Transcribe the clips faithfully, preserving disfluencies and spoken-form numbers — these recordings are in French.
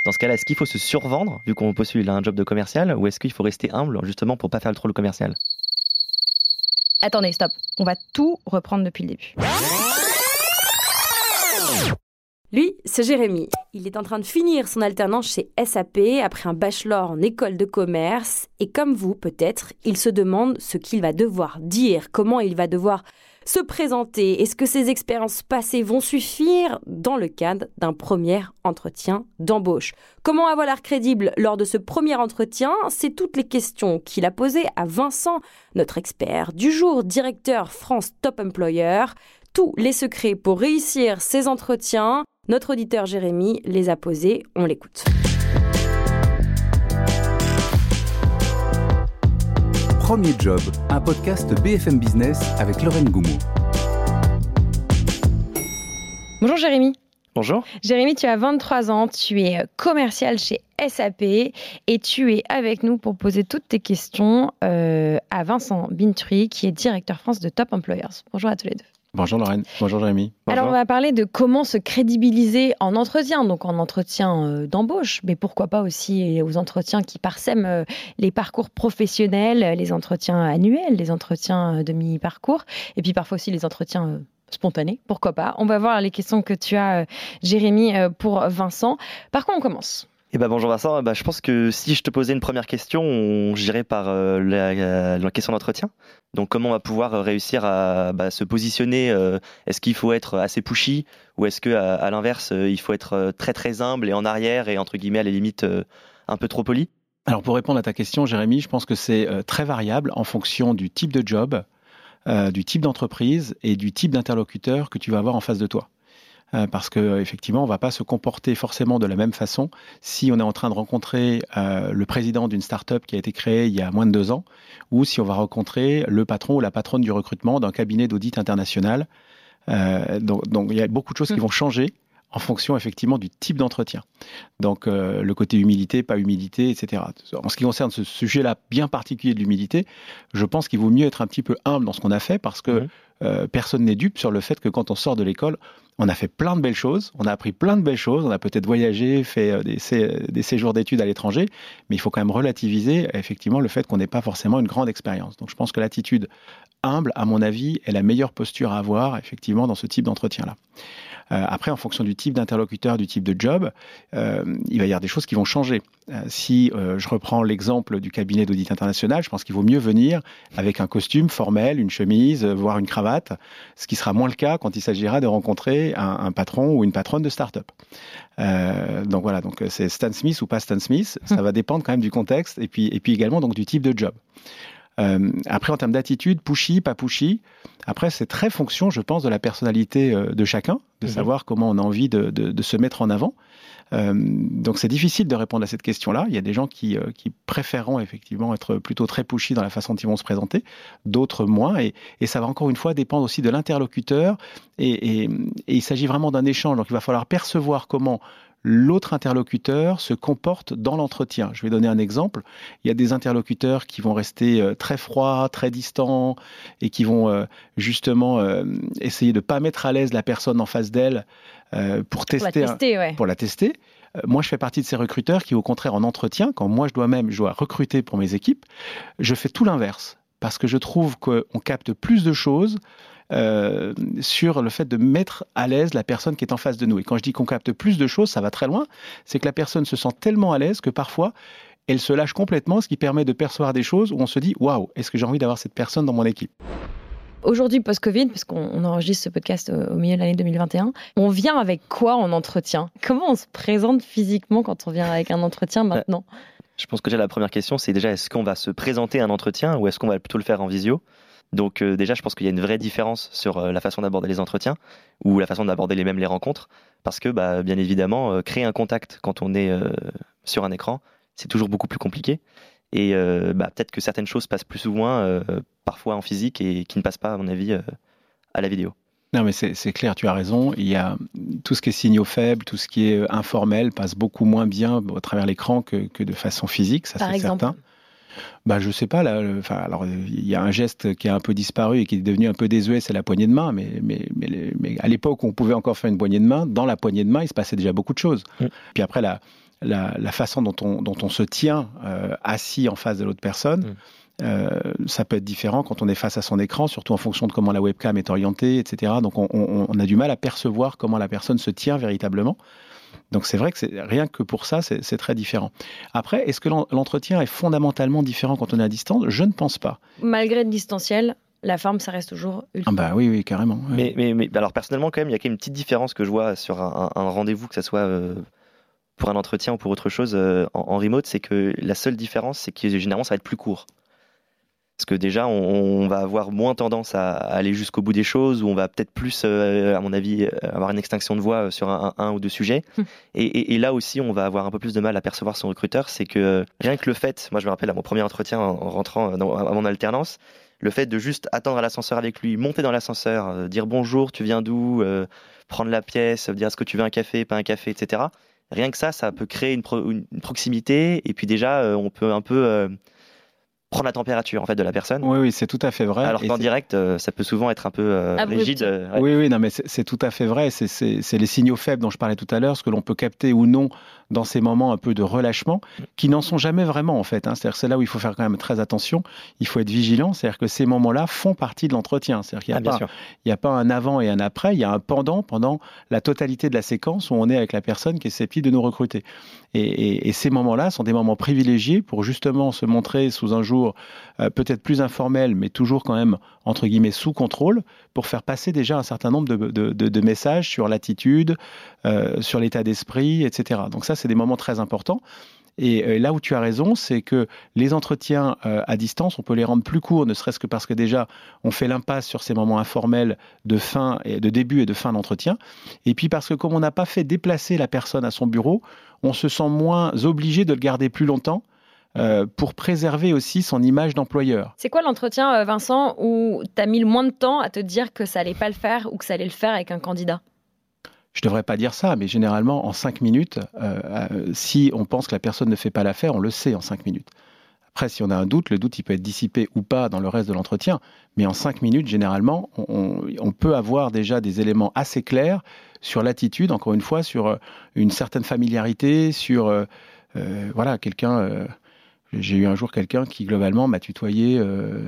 Dans ce cas-là, est-ce qu'il faut se survendre, vu qu'on postule à un job de commercial, ou est-ce qu'il faut rester humble, justement, pour pas faire trop le commercial ? Attendez, stop. On va tout reprendre depuis le début. Lui, c'est Jérémy. Il est en train de finir son alternance chez S A P après un bachelor en école de commerce. Et comme vous, peut-être, il se demande ce qu'il va devoir dire, comment il va devoir se présenter. Est-ce que ses expériences passées vont suffire dans le cadre d'un premier entretien d'embauche ? Comment avoir l'air crédible lors de ce premier entretien ? C'est toutes les questions qu'il a posées à Vincent, notre expert du jour, directeur France Top Employer. Tous les secrets pour réussir ces entretiens, notre auditeur Jérémy les a posés. On l'écoute. Premier Job, un podcast B F M Business avec Lorraine Goumou. Bonjour Jérémy. Bonjour. Jérémy, tu as vingt-trois ans, tu es commercial chez S A P et tu es avec nous pour poser toutes tes questions euh, à Vincent Bintry, qui est directeur France de Top Employers. Bonjour à tous les deux. Bonjour Lorraine, bonjour Jérémy. Bonjour. Alors on va parler de comment se crédibiliser en entretien, donc en entretien euh, d'embauche, mais pourquoi pas aussi aux entretiens qui parsèment euh, les parcours professionnels, les entretiens annuels, les entretiens euh, de mi-parcours, et puis parfois aussi les entretiens euh, spontanés, pourquoi pas. On va voir les questions que tu as, euh, Jérémy, euh, pour Vincent. Par quoi on commence ? Eh ben, bonjour Vincent, bah, je pense que si je te posais une première question, on j'irais par euh, la, la question d'entretien. Donc comment on va pouvoir réussir à bah, se positionner, euh, est-ce qu'il faut être assez pushy ou est-ce qu'à à l'inverse, euh, il faut être très très humble et en arrière et entre guillemets à la limite euh, un peu trop poli ? Alors pour répondre à ta question Jérémy, je pense que c'est euh, très variable en fonction du type de job, euh, du type d'entreprise et du type d'interlocuteur que tu vas avoir en face de toi. Euh, parce que effectivement, on va pas se comporter forcément de la même façon si on est en train de rencontrer euh, le président d'une start-up qui a été créée il y a moins de deux ans, ou si on va rencontrer le patron ou la patronne du recrutement d'un cabinet d'audit international. Euh, donc, donc, il y a beaucoup de choses qui vont changer en fonction effectivement du type d'entretien. Donc euh, le côté humilité, pas humilité, et cetera. En ce qui concerne ce sujet-là bien particulier de l'humilité, je pense qu'il vaut mieux être un petit peu humble dans ce qu'on a fait parce que mmh. euh, personne n'est dupe sur le fait que quand on sort de l'école, on a fait plein de belles choses, on a appris plein de belles choses, on a peut-être voyagé, fait des, sé- des séjours d'études à l'étranger, mais il faut quand même relativiser effectivement le fait qu'on n'ait pas forcément une grande expérience. Donc je pense que l'attitude humble, à mon avis, est la meilleure posture à avoir effectivement dans ce type d'entretien-là. Euh, après, en fonction du type d'interlocuteur, du type de job, euh, il va y avoir des choses qui vont changer. Euh, si euh, je reprends l'exemple du cabinet d'audit international, je pense qu'il vaut mieux venir avec un costume formel, une chemise, voire une cravate, ce qui sera moins le cas quand il s'agira de rencontrer un, un patron ou une patronne de start-up. Euh, donc voilà, donc c'est Stan Smith ou pas Stan Smith, ça va dépendre quand même du contexte et puis, et puis également donc du type de job. Euh, après, en termes d'attitude, pushy, pas pushy, après, c'est très fonction, je pense, de la personnalité euh, de chacun, de mmh. savoir comment on a envie de, de, de se mettre en avant. Euh, donc, c'est difficile de répondre à cette question-là. Il y a des gens qui, euh, qui préféreront effectivement être plutôt très pushy dans la façon dont ils vont se présenter, d'autres moins. Et, et ça va encore une fois dépendre aussi de l'interlocuteur. Et, et, et il s'agit vraiment d'un échange. Donc, il va falloir percevoir comment l'autre interlocuteur se comporte dans l'entretien. Je vais donner un exemple. Il y a des interlocuteurs qui vont rester très froids, très distants et qui vont euh, justement euh, essayer de ne pas mettre à l'aise la personne en face d'elle euh, pour, tester, pour, la tester, un, ouais. pour la tester. Euh, moi, je fais partie de ces recruteurs qui, au contraire, en entretien, quand moi, je dois même je dois recruter pour mes équipes, je fais tout l'inverse parce que je trouve qu'on capte plus de choses Euh, sur le fait de mettre à l'aise la personne qui est en face de nous. Et quand je dis qu'on capte plus de choses, ça va très loin, c'est que la personne se sent tellement à l'aise que parfois, elle se lâche complètement, ce qui permet de percevoir des choses où on se dit « Waouh, est-ce que j'ai envie d'avoir cette personne dans mon équipe ?» Aujourd'hui, post-Covid, parce qu'on on enregistre ce podcast au, au milieu de l'année deux mille vingt et un, on vient avec quoi en entretien ? Comment on se présente physiquement quand on vient avec un entretien maintenant ? Je pense que déjà la première question, c'est déjà est-ce qu'on va se présenter à un entretien ou est-ce qu'on va plutôt le faire en visio ? Donc euh, déjà, je pense qu'il y a une vraie différence sur euh, la façon d'aborder les entretiens ou la façon d'aborder les mêmes les rencontres, parce que bah, bien évidemment, euh, créer un contact quand on est euh, sur un écran, c'est toujours beaucoup plus compliqué. Et euh, bah, peut-être que certaines choses passent plus ou moins euh, parfois en physique et qui ne passent pas, à mon avis, euh, à la vidéo. Non, mais c'est, c'est clair, tu as raison. Il y a tout ce qui est signaux faibles, tout ce qui est informel passe beaucoup moins bien au travers l'écran que, que de façon physique, ça Par c'est exemple. certain. Bah, je sais pas, là, enfin, alors, il y a un geste qui a un peu disparu et qui est devenu un peu désuet, c'est la poignée de main, mais, mais, mais, mais à l'époque où on pouvait encore faire une poignée de main, dans la poignée de main, il se passait déjà beaucoup de choses. Mmh. Puis après, la, la, la façon dont on, dont on se tient euh, assis en face de l'autre personne. Mmh. Euh, ça peut être différent quand on est face à son écran, surtout en fonction de comment la webcam est orientée, et cetera. Donc on, on, on a du mal à percevoir comment la personne se tient véritablement. Donc c'est vrai que c'est, rien que pour ça, c'est, c'est très différent. Après, est-ce que l'entretien est fondamentalement différent quand on est à distance ? Je ne pense pas. Malgré le distanciel, la forme, ça reste toujours ultra. Ah bah oui, oui, carrément. Oui. Mais, mais, mais alors personnellement, quand même, il y a quand même une petite différence que je vois sur un, un rendez-vous, que ça soit euh, pour un entretien ou pour autre chose euh, en, en remote, c'est que la seule différence, c'est que généralement, ça va être plus court. Parce que déjà, on, on va avoir moins tendance à, à aller jusqu'au bout des choses, ou on va peut-être plus, euh, à mon avis, avoir une extinction de voix sur un, un, un ou deux sujets. Mmh. Et, et, et là aussi, on va avoir un peu plus de mal à percevoir son recruteur. C'est que rien que le fait, moi je me rappelle à mon premier entretien en, en rentrant dans, à mon alternance, le fait de juste attendre à l'ascenseur avec lui, monter dans l'ascenseur, euh, dire bonjour, tu viens d'où, euh, prendre la pièce, dire est-ce que tu veux un café, pas un café, et cetera. Rien que ça, ça peut créer une, pro, une, une proximité. Et puis déjà, euh, on peut un peu... Euh, prendre la température en fait de la personne. Oui, oui, c'est tout à fait vrai. Alors qu'en c'est... direct, euh, ça peut souvent être un peu euh, rigide. Euh, ouais. Oui, oui, non, mais c'est, c'est tout à fait vrai. C'est, c'est, c'est les signaux faibles dont je parlais tout à l'heure, ce que l'on peut capter ou non dans ces moments un peu de relâchement, qui n'en sont jamais vraiment en fait. Hein. C'est-à-dire que c'est là où il faut faire quand même très attention. Il faut être vigilant. C'est-à-dire que ces moments-là font partie de l'entretien. C'est-à-dire qu'il n'y a, ah, il y a pas un avant et un après. Il y a un pendant pendant la totalité de la séquence où on est avec la personne qui est susceptible de nous recruter. Et, et, et ces moments-là sont des moments privilégiés pour justement se montrer sous un jour euh, peut-être plus informel, mais toujours quand même entre guillemets sous contrôle, pour faire passer déjà un certain nombre de, de, de, de messages sur l'attitude, euh, sur l'état d'esprit, et cetera. Donc ça, c'est des moments très importants. Et euh, là où tu as raison, c'est que les entretiens euh, à distance, on peut les rendre plus courts, ne serait-ce que parce que déjà, on fait l'impasse sur ces moments informels de fin, et de début et de fin d'entretien. Et puis parce que comme on n'a pas fait déplacer la personne à son bureau, on se sent moins obligé de le garder plus longtemps. Euh, pour préserver aussi son image d'employeur. C'est quoi l'entretien, Vincent, où tu as mis le moins de temps à te dire que ça allait pas le faire ou que ça allait le faire avec un candidat ? Je ne devrais pas dire ça, mais généralement, en cinq minutes, euh, euh, si on pense que la personne ne fait pas l'affaire, on le sait en cinq minutes. Après, si on a un doute, le doute il peut être dissipé ou pas dans le reste de l'entretien, mais en cinq minutes, généralement, on, on peut avoir déjà des éléments assez clairs sur l'attitude, encore une fois, sur une certaine familiarité, sur euh, euh, voilà, quelqu'un... Euh, J'ai eu un jour quelqu'un qui, globalement, m'a tutoyé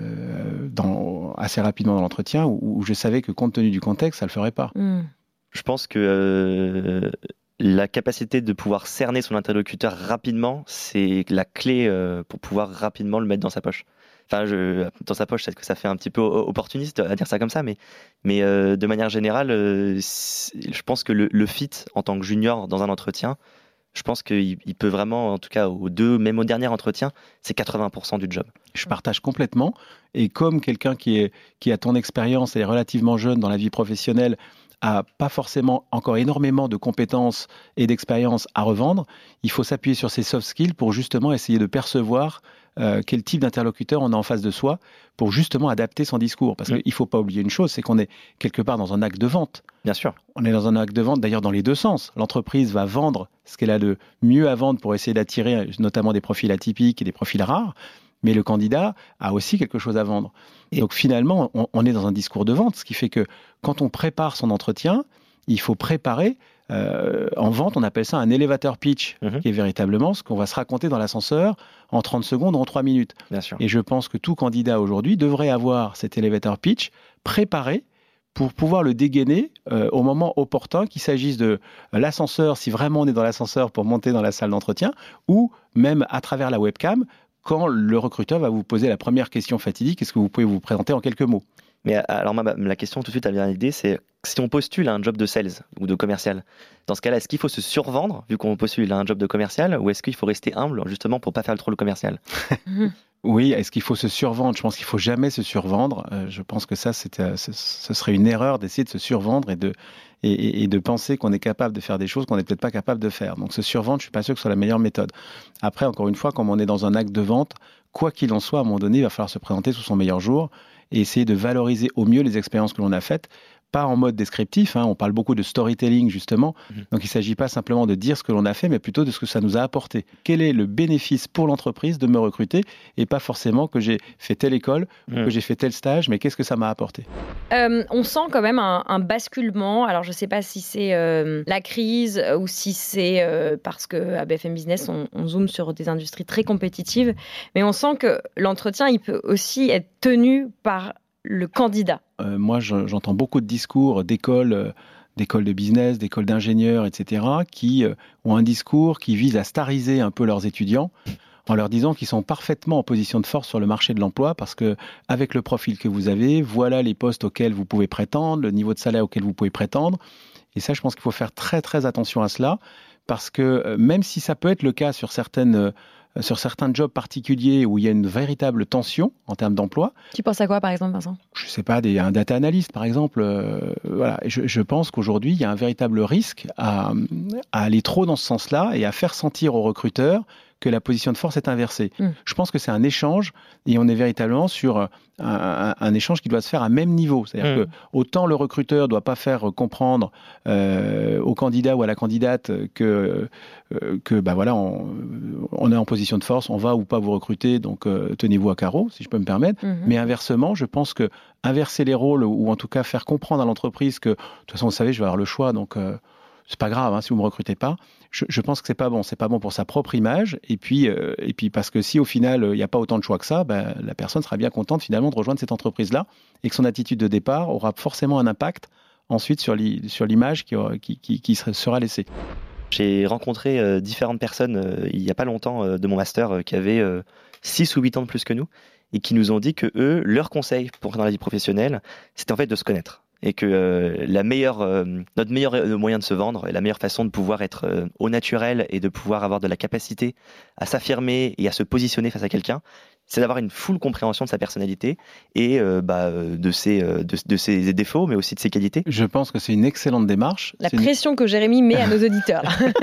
euh, dans, assez rapidement dans l'entretien, où, où je savais que, compte tenu du contexte, ça ne le ferait pas. Mmh. Je pense que euh, la capacité de pouvoir cerner son interlocuteur rapidement, c'est la clé euh, pour pouvoir rapidement le mettre dans sa poche. Enfin, je, dans sa poche, c'est que ça fait un petit peu opportuniste à dire ça comme ça, mais, mais euh, de manière générale, euh, je pense que le, le fit, en tant que junior dans un entretien, je pense qu'il il peut vraiment, en tout cas aux deux, même au dernier entretien, c'est quatre-vingts pour cent du job. Je partage complètement. Et comme quelqu'un qui, est, qui a ton expérience et est relativement jeune dans la vie professionnelle, a pas forcément encore énormément de compétences et d'expérience à revendre, il faut s'appuyer sur ses soft skills pour justement essayer de percevoir euh, quel type d'interlocuteur on a en face de soi pour justement adapter son discours. Parce mmh. qu'il ne faut pas oublier une chose, c'est qu'on est quelque part dans un acte de vente. Bien sûr. On est dans un acte de vente, d'ailleurs dans les deux sens. L'entreprise va vendre ce qu'elle a de mieux à vendre pour essayer d'attirer notamment des profils atypiques et des profils rares, mais le candidat a aussi quelque chose à vendre. Et donc finalement, on, on est dans un discours de vente, ce qui fait que quand on prépare son entretien, il faut préparer, euh, en vente, on appelle ça un elevator pitch, mmh. qui est véritablement ce qu'on va se raconter dans l'ascenseur en trente secondes ou en trois minutes. Bien sûr. Et je pense que tout candidat aujourd'hui devrait avoir cet elevator pitch préparé pour pouvoir le dégainer euh, au moment opportun, qu'il s'agisse de l'ascenseur, si vraiment on est dans l'ascenseur pour monter dans la salle d'entretien, ou même à travers la webcam, quand le recruteur va vous poser la première question fatidique, est-ce que vous pouvez vous présenter en quelques mots ? Mais alors ma, la question tout de suite, elle vient à l'idée, c'est si on postule à un job de sales ou de commercial, dans ce cas-là, est-ce qu'il faut se survendre vu qu'on postule à un job de commercial, ou est-ce qu'il faut rester humble justement pour pas faire trop le commercial ? Oui, est-ce qu'il faut se survendre ? Je pense qu'il ne faut jamais se survendre. Euh, je pense que ça, c'est, euh, ce, ce serait une erreur d'essayer de se survendre et de, et, et, et de penser qu'on est capable de faire des choses qu'on n'est peut-être pas capable de faire. Donc se survendre, je ne suis pas sûr que ce soit la meilleure méthode. Après, encore une fois, comme on est dans un acte de vente, quoi qu'il en soit, à un moment donné, il va falloir se présenter sous son meilleur jour et essayer de valoriser au mieux les expériences que l'on a faites, pas en mode descriptif, hein, on parle beaucoup de storytelling justement, mmh. donc il ne s'agit pas simplement de dire ce que l'on a fait, mais plutôt de ce que ça nous a apporté. Quel est le bénéfice pour l'entreprise de me recruter, et pas forcément que j'ai fait telle école, mmh. ou que j'ai fait tel stage, mais qu'est-ce que ça m'a apporté. euh, On sent quand même un, un basculement, alors je ne sais pas si c'est euh, la crise ou si c'est euh, parce qu'à B F M Business, on, on zoome sur des industries très compétitives, mais on sent que l'entretien, il peut aussi être tenu par le candidat. Euh, moi, je, j'entends beaucoup de discours d'écoles, euh, d'écoles de business, d'écoles d'ingénieurs, et cetera, qui euh, ont un discours qui vise à stariser un peu leurs étudiants en leur disant qu'ils sont parfaitement en position de force sur le marché de l'emploi parce que avec le profil que vous avez, voilà les postes auxquels vous pouvez prétendre, le niveau de salaire auquel vous pouvez prétendre. Et ça, je pense qu'il faut faire très très attention à cela parce que euh, même si ça peut être le cas sur certaines euh, sur certains jobs particuliers où il y a une véritable tension en termes d'emploi. Tu penses à quoi, par exemple, Vincent ? Je ne sais pas, des, un data analyst, par exemple. Euh, voilà. je, je pense qu'aujourd'hui, il y a un véritable risque à, à aller trop dans ce sens-là et à faire sentir aux recruteurs que la position de force est inversée. Mmh. Je pense que c'est un échange et on est véritablement sur un, un, un échange qui doit se faire à même niveau. C'est-à-dire mmh. que autant le recruteur ne doit pas faire comprendre euh, au candidat ou à la candidate que, euh, que bah voilà, on, on est en position de force, on va ou pas vous recruter, donc euh, tenez-vous à carreau, si je peux me permettre. Mmh. Mais inversement, je pense que inverser les rôles ou en tout cas faire comprendre à l'entreprise que de toute façon, vous savez, je vais avoir le choix, donc euh, c'est pas grave hein, si vous me recrutez pas. Je, je pense que c'est pas bon. C'est pas bon pour sa propre image. Et puis, euh, et puis parce que si au final il n'y a pas autant de choix que ça, ben, la personne sera bien contente finalement de rejoindre cette entreprise-là et que son attitude de départ aura forcément un impact ensuite sur, l'i, sur l'image qui, qui, qui, qui sera laissée. J'ai rencontré euh, différentes personnes euh, il n'y a pas longtemps euh, de mon master euh, qui avaient euh, six ou huit ans de plus que nous et qui nous ont dit que eux, leur conseil pour dans la vie professionnelle, c'était en fait de se connaître. Et que euh, la meilleure, euh, notre meilleur moyen de se vendre et la meilleure façon de pouvoir être euh, au naturel et de pouvoir avoir de la capacité à s'affirmer et à se positionner face à quelqu'un, c'est d'avoir une full compréhension de sa personnalité et euh, bah, de, ses, de, de ses défauts, mais aussi de ses qualités. Je pense que c'est une excellente démarche. La c'est pression une... que Jérémy met à nos auditeurs.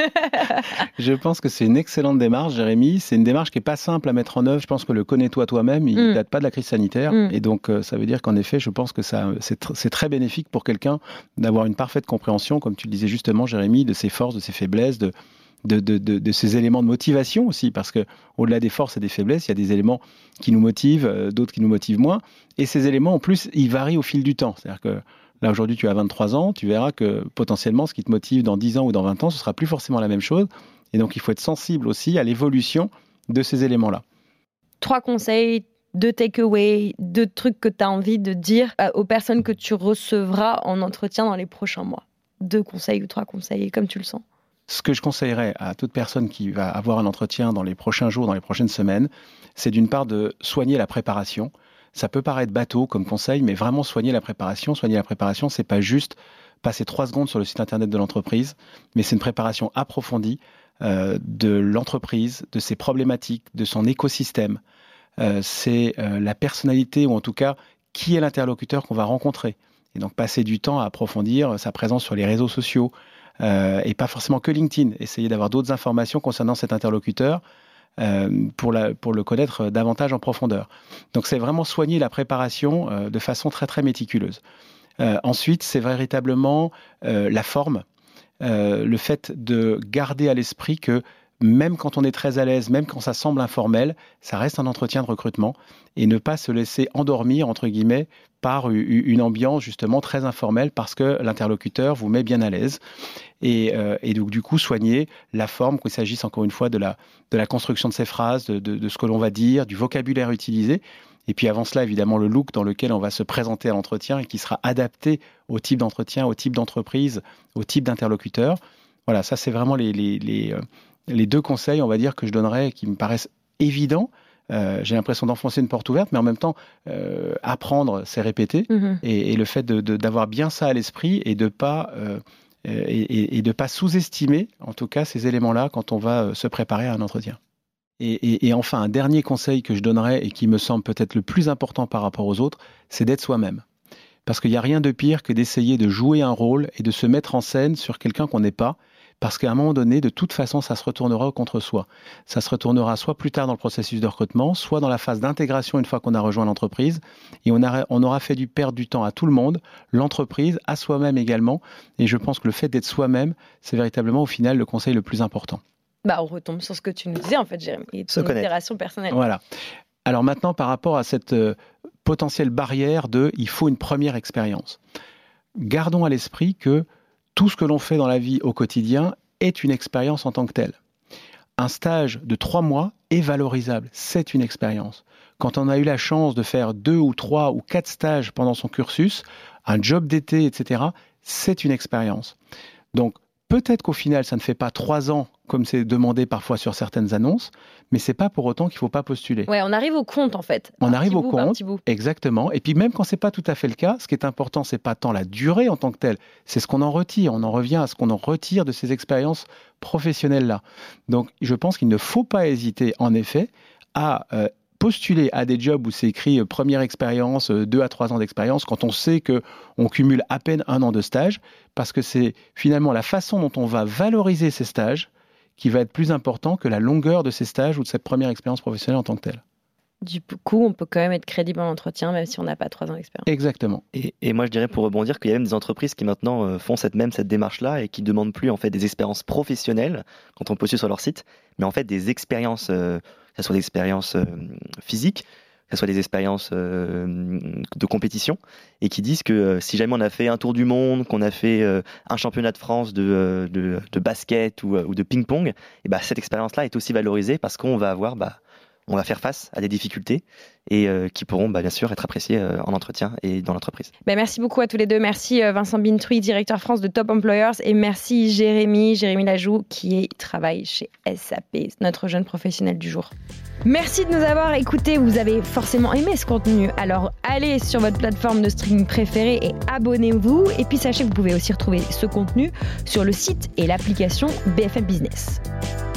Je pense que c'est une excellente démarche, Jérémy. C'est une démarche qui n'est pas simple à mettre en œuvre. Je pense que le connais-toi toi-même, il ne mm. date pas de la crise sanitaire. Mm. Et donc, euh, ça veut dire qu'en effet, je pense que ça, c'est, tr- c'est très bénéfique pour quelqu'un d'avoir une parfaite compréhension, comme tu le disais justement, Jérémy, de ses forces, de ses faiblesses, de... De, de, de, de ces éléments de motivation aussi, parce que au-delà des forces et des faiblesses, il y a des éléments qui nous motivent, euh, d'autres qui nous motivent moins, et ces éléments en plus, ils varient au fil du temps. C'est-à-dire que là aujourd'hui tu as vingt-trois ans, tu verras que potentiellement ce qui te motive dans dix ans ou dans vingt ans, ce sera plus forcément la même chose, et donc il faut être sensible aussi à l'évolution de ces éléments-là. Trois conseils, deux take-away, deux trucs que tu as envie de dire aux personnes que tu recevras en entretien dans les prochains mois. Deux conseils ou trois conseils, comme tu le sens. Ce que je conseillerais à toute personne qui va avoir un entretien dans les prochains jours, dans les prochaines semaines, c'est d'une part de soigner la préparation. Ça peut paraître bateau comme conseil, mais vraiment soigner la préparation. Soigner la préparation, c'est pas juste passer trois secondes sur le site internet de l'entreprise, mais c'est une préparation approfondie euh, de l'entreprise, de ses problématiques, de son écosystème. Euh, c'est euh, la personnalité, ou en tout cas, qui est l'interlocuteur qu'on va rencontrer. Et donc passer du temps à approfondir sa présence sur les réseaux sociaux, Euh, et pas forcément que LinkedIn. Essayer d'avoir d'autres informations concernant cet interlocuteur euh, pour, la, pour le connaître davantage en profondeur. Donc c'est vraiment soigner la préparation euh, de façon très très méticuleuse. Euh, ensuite, c'est véritablement euh, la forme, euh, le fait de garder à l'esprit que même quand on est très à l'aise, même quand ça semble informel, ça reste un entretien de recrutement et ne pas se laisser endormir, entre guillemets, par une ambiance justement très informelle parce que l'interlocuteur vous met bien à l'aise. Et, euh, et donc du coup, soigner la forme, qu'il s'agisse encore une fois de la, de la construction de ces phrases, de, de, de ce que l'on va dire, du vocabulaire utilisé. Et puis avant cela, évidemment, le look dans lequel on va se présenter à l'entretien et qui sera adapté au type d'entretien, au type d'entreprise, au type d'interlocuteur. Voilà, ça c'est vraiment les... les, les euh, Les deux conseils, on va dire, que je donnerais, qui me paraissent évidents. Euh, j'ai l'impression d'enfoncer une porte ouverte, mais en même temps, euh, apprendre, c'est répéter. Mmh. Et, et le fait de, de, d'avoir bien ça à l'esprit et de ne pas, euh, et, et de pas sous-estimer, en tout cas, ces éléments-là quand on va se préparer à un entretien. Et, et, et enfin, un dernier conseil que je donnerais et qui me semble peut-être le plus important par rapport aux autres, c'est d'être soi-même. Parce qu'il n'y a rien de pire que d'essayer de jouer un rôle et de se mettre en scène sur quelqu'un qu'on n'est pas, parce qu'à un moment donné, de toute façon, ça se retournera contre soi. Ça se retournera soit plus tard dans le processus de recrutement, soit dans la phase d'intégration une fois qu'on a rejoint l'entreprise, et on, a, on aura fait du perdre du temps à tout le monde, l'entreprise, à soi-même également, et je pense que le fait d'être soi-même, c'est véritablement au final le conseil le plus important. Bah, on retombe sur ce que tu nous disais en fait, Jérémy, et ton inspiration personnelle. Voilà. Alors maintenant, par rapport à cette euh, potentielle barrière de « il faut une première expérience », gardons à l'esprit que tout ce que l'on fait dans la vie au quotidien est une expérience en tant que telle. Un stage de trois mois est valorisable, c'est une expérience. Quand on a eu la chance de faire deux ou trois ou quatre stages pendant son cursus, un job d'été, et cetera, c'est une expérience. Donc, peut-être qu'au final, ça ne fait pas trois ans, comme c'est demandé parfois sur certaines annonces, mais c'est pas pour autant qu'il ne faut pas postuler. Ouais, on arrive au compte en fait. On arrive au compte, exactement. Et puis même quand c'est pas tout à fait le cas, ce qui est important, c'est pas tant la durée en tant que telle, c'est ce qu'on en retire. On en revient à ce qu'on en retire de ces expériences professionnelles-là. Donc, je pense qu'il ne faut pas hésiter, en effet, à euh, postuler à des jobs où c'est écrit euh, première expérience, euh, deux à trois ans d'expérience, quand on sait qu'on cumule à peine un an de stage, parce que c'est finalement la façon dont on va valoriser ces stages qui va être plus important que la longueur de ces stages ou de cette première expérience professionnelle en tant que telle. Du coup, on peut quand même être crédible en entretien, même si on n'a pas trois ans d'expérience. Exactement. Et, et moi, je dirais pour rebondir qu'il y a même des entreprises qui maintenant euh, font cette même cette démarche-là et qui ne demandent plus en fait des expériences professionnelles quand on postule sur leur site, mais en fait des expériences, euh, que ce soit des expériences euh, physiques, que ce soit des expériences euh, de compétition, et qui disent que euh, si jamais on a fait un tour du monde, qu'on a fait euh, un championnat de France de, euh, de, de basket ou, euh, ou de ping-pong, et bah, cette expérience-là est aussi valorisée parce qu'on va avoir, bah, on va faire face à des difficultés et euh, qui pourront bah, bien sûr être appréciées euh, en entretien et dans l'entreprise. Bah, merci beaucoup à tous les deux. Merci euh, Vincent Bintouy, directeur France de Top Employers, et merci Jérémy, Jérémy Lajoux, qui est, travaille chez S A P, notre jeune professionnel du jour. Merci de nous avoir écoutés. Vous avez forcément aimé ce contenu. Alors allez sur votre plateforme de streaming préférée et abonnez-vous. Et puis sachez que vous pouvez aussi retrouver ce contenu sur le site et l'application B F M Business.